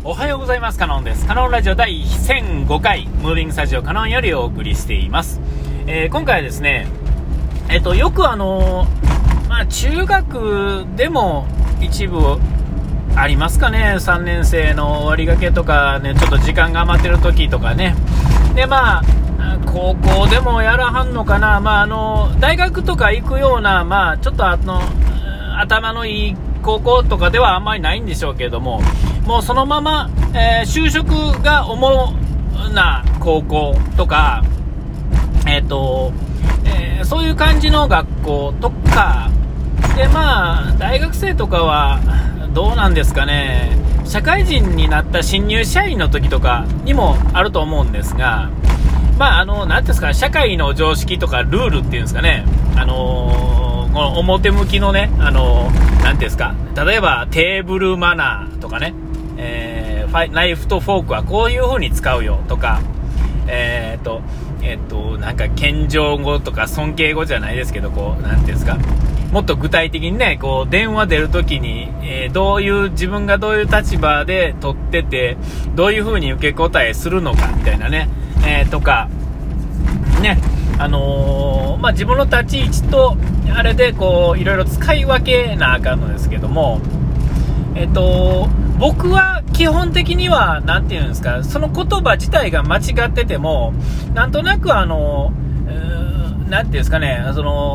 おはようございます。カノンです。カノンラジオ第1005回ムービングスタジオカノンよりお送りしています。今回はですね、よく中学でも一部ありますかね、3年生の終わりがけとかね、ちょっと時間が余ってる時とかね。で高校でもやらはんのかな。大学とか行くようなちょっと頭のいい高校とかではあんまりないんでしょうけれども、もうそのまま、就職が主な高校とか、そういう感じの学校とかで、大学生とかはどうなんですかね。社会人になった新入社員の時とかにもあると思うんですが、なんですか、社会の常識とかルールっていうんですかね、この表向きのね、なんていうんですか、例えばテーブルマナーとかね、ナイフとフォークはこういう風に使うよとか、なんか謙譲語とか尊敬語じゃないですけど、なんていうんですか、もっと具体的にね、電話出るときに、自分がどういう立場で取ってて、どういう風に受け答えするのかみたいなね、とかね、自分の立ち位置とあれでいろいろ使い分けなあかんのですけども、僕は基本的にはなんていうんですか、その言葉自体が間違ってても、なんとなくなんていうんですかね、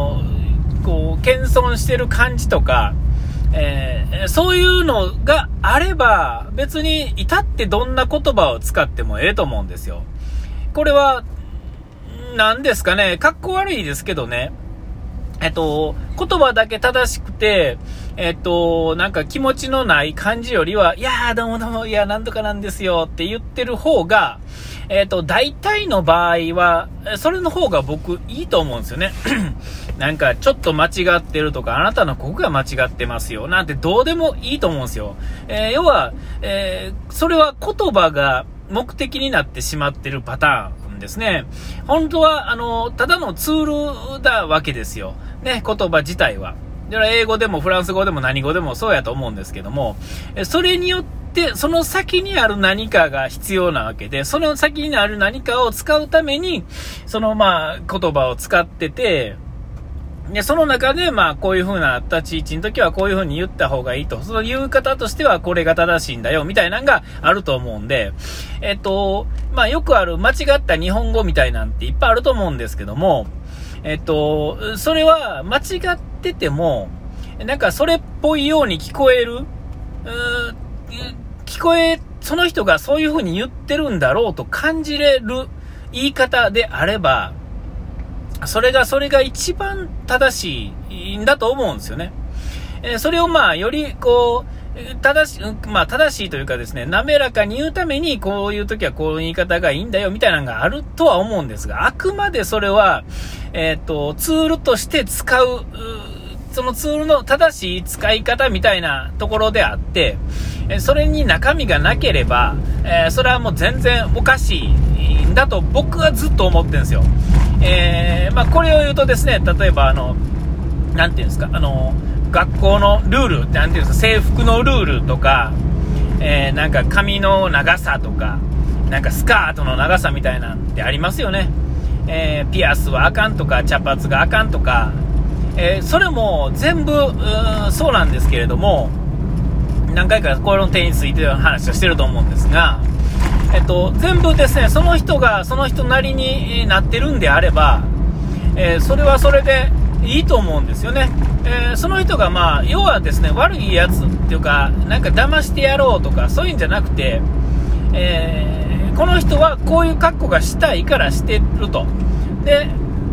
謙遜してる感じとか、そういうのがあれば別に至ってどんな言葉を使ってもええと思うんですよ。これはなんですかね、かっこ悪いですけどね、言葉だけ正しくて、なんか気持ちのない感じよりは、いやーどうもどうも、いやなんとかなんですよって言ってる方が、大体の場合はそれの方が僕いいと思うんですよね。なんかちょっと間違ってるとか、あなたのここが間違ってますよなんてどうでもいいと思うんですよ。要は、それは言葉が目的になってしまってるパターンですね。本当はただのツールだわけですよね、言葉自体は。英語でもフランス語でも何語でもそうやと思うんですけども、それによってその先にある何かが必要なわけで、その先にある何かを使うためにその言葉を使ってて、でその中でこういう風な立ち位置の時はこういう風に言った方がいいと、その言う方としてはこれが正しいんだよみたいなのがあると思うんで、よくある間違った日本語みたいなんていっぱいあると思うんですけども、それは間違っててもなんかそれっぽいように聞こえる、その人がそういう風に言ってるんだろうと感じれる言い方であれば、それが一番正しいんだと思うんですよね。それをより正しいというかですね、滑らかに言うためにこういう時はこういう言い方がいいんだよみたいなのがあるとは思うんですが、あくまでそれはツールとして使う、そのツールの正しい使い方みたいなところであって、それに中身がなければ、それはもう全然おかしいんだと僕はずっと思ってるんですよ。これを言うとですね、例えばなんていうんですか、学校のルール、なんていうんですか、制服のルールとか、なんか髪の長さとか、なんかスカートの長さみたいなんってありますよね。ピアスはあかんとか、茶髪があかんとか、それも全部そうなんですけれども、何回かこの点についての話をしてると思うんですが、全部ですね、その人がその人なりになってるんであれば、それはそれでいいと思うんですよね。その人が要はですね、悪いやつっていうか、なんか騙してやろうとかそういうんじゃなくて、この人はこういう格好がしたいからしてると。で、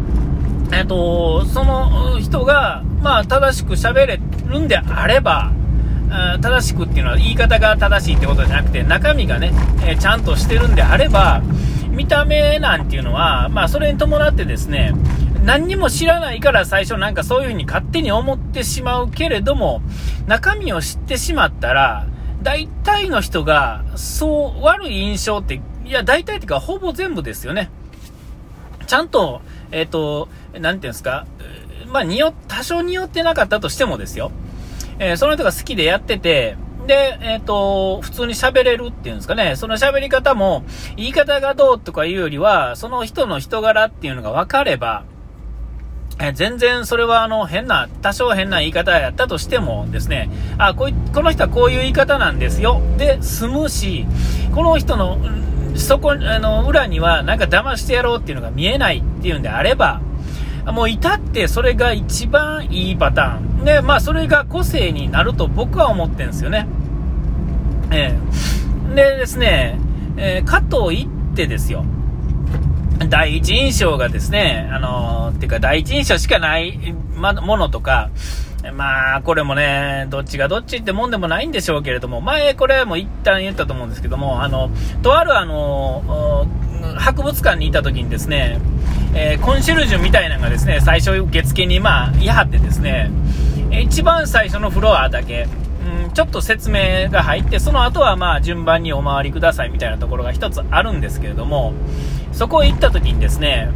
その人が正しく喋れるんであれば、正しくっていうのは言い方が正しいってことじゃなくて、中身がね、ちゃんとしてるんであれば、見た目なんていうのはそれに伴ってですね、何にも知らないから最初なんかそういう風に勝手に思ってしまうけれども、中身を知ってしまったら大体の人がそう悪い印象って、いや大体っていうかほぼ全部ですよね。ちゃんとなんていうんですか、多少によってなかったとしてもですよ、その人が好きでやってて、 で、普通に喋れるっていうんですかね。その喋り方も、言い方がどうとかいうよりは、その人の人柄っていうのが分かれば、全然それは多少変な言い方やったとしてもですね、この人はこういう言い方なんですよ。で、済むし、この人の、裏にはなんか騙してやろうっていうのが見えないっていうんであれば、もう至ってそれが一番いいパターン。で、それが個性になると僕は思ってるんですよね。でですね、かといってですよ。第一印象がですね、っていうか第一印象しかないものとか、これもね、どっちがどっちってもんでもないんでしょうけれども、前これも一旦言ったと思うんですけども、とある博物館にいた時にですね、コンシェルジュみたいなのがですね、最初受付にいはってですね、一番最初のフロアだけ、ちょっと説明が入って、その後は順番にお回りくださいみたいなところが一つあるんですけれども、そこへ行った時にですね、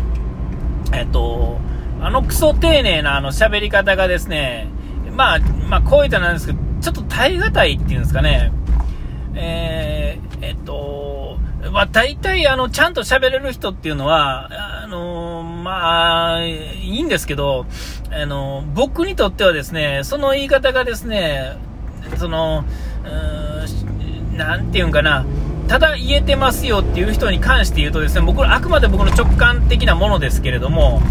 クソ丁寧な喋り方がですね、こういったなんですけど、ちょっと耐え難いっていうんですかね、大体ちゃんと喋れる人っていうのは、いいんですけど、僕にとってはですね、その言い方がですね、なんていうんかな、ただ言えてますよっていう人に関して言うとですね、あくまで僕の直感的なものですけれども、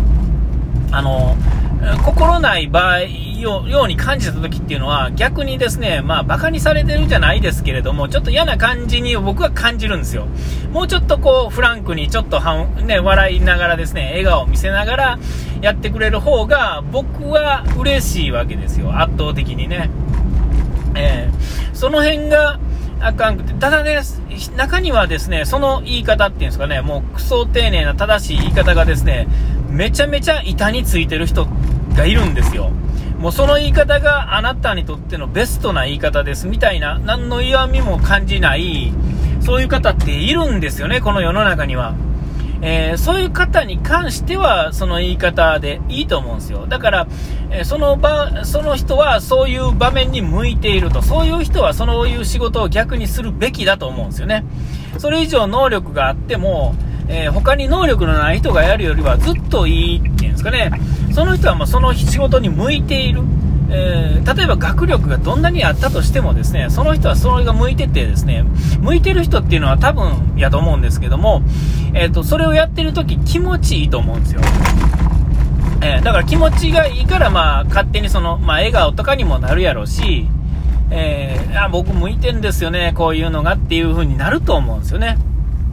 心ない場合ように感じた時っていうのは逆にですね、バカにされてるじゃないですけれども、ちょっと嫌な感じに僕は感じるんですよ。もうちょっとフランクにちょっと笑いながらですね、笑顔を見せながらやってくれる方が僕は嬉しいわけですよ、圧倒的にね。その辺があかんくて、ただね、中にはですね、その言い方っていうんですかね、もうクソ丁寧な正しい言い方がですね、めちゃめちゃ板についてる人がいるんですよ。もうその言い方があなたにとってのベストな言い方ですみたいな、何の嫌味も感じない、そういう方っているんですよね、この世の中には。そういう方に関してはその言い方でいいと思うんですよ。だから、その人はそういう場面に向いていると、そういう人はそういう仕事を逆にするべきだと思うんですよね。それ以上能力があっても、他に能力のない人がやるよりはずっといいっていうんですかね。その人はその仕事に向いている。例えば学力がどんなにあったとしてもですね、その人はそれが向いててですね、向いてる人っていうのは多分やと思うんですけども、それをやってる時気持ちいいと思うんですよ。だから気持ちがいいから勝手に笑顔とかにもなるやろうし、僕向いてんですよね、こういうのがっていう風になると思うんですよね。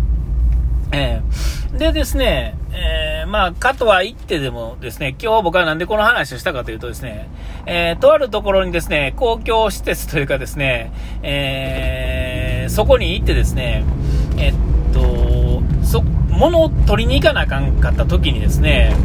でですね、かとは言ってでもですね、今日僕はなんでこの話をしたかというとですね、とあるところにですね、公共施設というかですね、そこに行ってですね、物を取りに行かなあかんかった時にですね、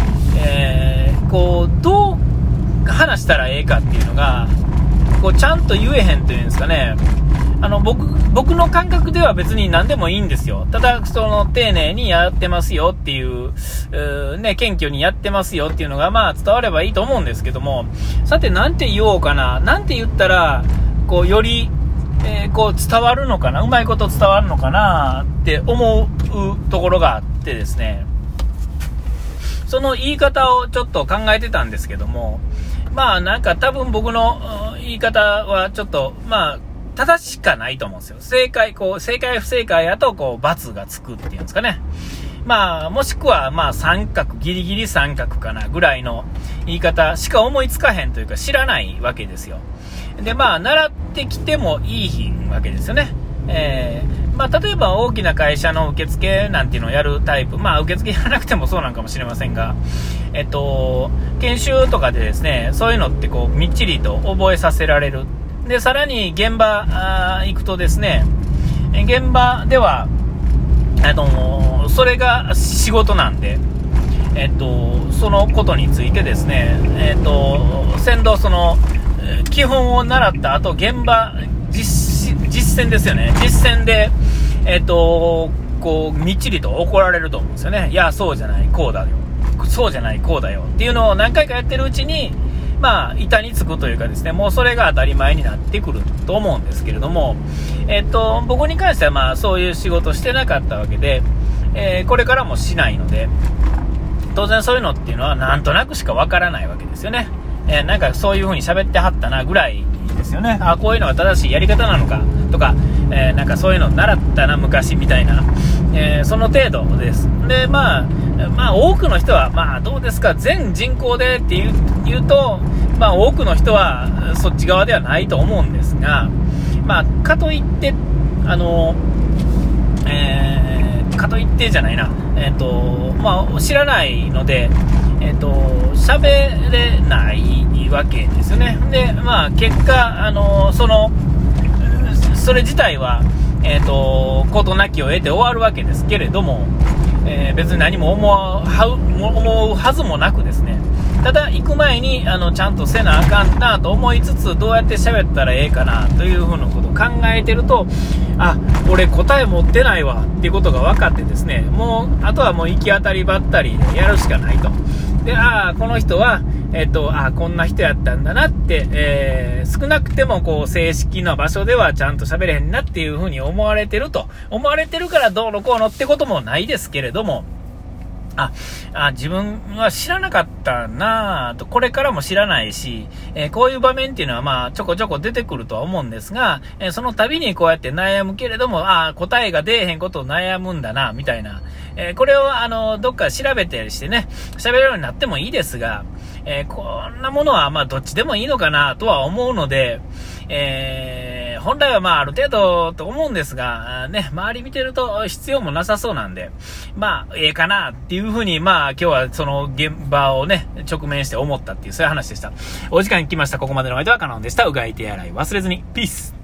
どう話したらええかっていうのが、ちゃんと言えへんというんですかね。僕の感覚では別に何でもいいんですよ。ただ丁寧にやってますよっていう謙虚にやってますよっていうのが伝わればいいと思うんですけども、さてなんて言おうかな、なんて言ったらより、伝わるのかな、うまいこと伝わるのかなって思うところがあってですね、その言い方をちょっと考えてたんですけども、多分僕の言い方はちょっと正しかないと思うんですよ。正解不正解やと×がつくっていうんですかね。もしくは三角、ギリギリ三角かなぐらいの言い方しか思いつかへんというか知らないわけですよ。で習ってきてもいいわけですよね。例えば大きな会社の受付なんていうのをやるタイプ、受付やらなくてもそうなんかもしれませんが、研修とかでですね、そういうのってみっちりと覚えさせられる。でさらに現場行くとですね、現場ではそれが仕事なんで、そのことについてですね、先導基本を習った後、現場実践ですよね。実践でみっちりと怒られると思うんですよね。いやそうじゃないこうだよ、そうじゃないこうだよっていうのを何回かやってるうちにまあ、板につくというかですね、もうそれが当たり前になってくると思うんですけれども、僕に関してはまあ、そういう仕事してなかったわけで、これからもしないので、当然そういうのっていうのはなんとなくしかわからないわけですよね。なんかそういう風に喋ってはったなぐらいですよね。あ、こういうのが正しいやり方なのかとか、なんかそういうの習ったな昔みたいな、その程度です。で、まあ多くの人はまあどうですか、全人口でって言うと、まあ多くの人はそっち側ではないと思うんですが、まあかといってかといってじゃないな、まあ知らないので、喋れないわけですよね。で、まあ結果それ自体は事なきを得て終わるわけですけれども、別に何も思うはずもなくですね、ただ行く前にちゃんとせなあかんなと思いつつ、どうやって喋ったらええかなというふうなことを考えてると、あ、俺答え持ってないわっていうことが分かってですね、もうあとはもう行き当たりばったりでやるしかないと。で、この人はこんな人やったんだなって、少なくてもこう正式な場所ではちゃんと喋れへんなっていうふうに思われてるからどうのこうのってこともないですけれども、自分は知らなかったなぁと、これからも知らないし、こういう場面っていうのはまあちょこちょこ出てくるとは思うんですが、その度にこうやって悩むけれども、答えが出えへんことを悩むんだなみたいな、これをどっか調べたりしてね、喋れるようになってもいいですが、こんなものはまあどっちでもいいのかなとは思うので、本来はまあある程度と思うんですが、ね、周り見てると必要もなさそうなんで、まあかなっていうふうに、まあ今日はその現場をね、直面して思ったっていう、そういう話でした。お時間来ました。ここまでのお相手はカノンでした。うがい手洗い忘れずに。ピース。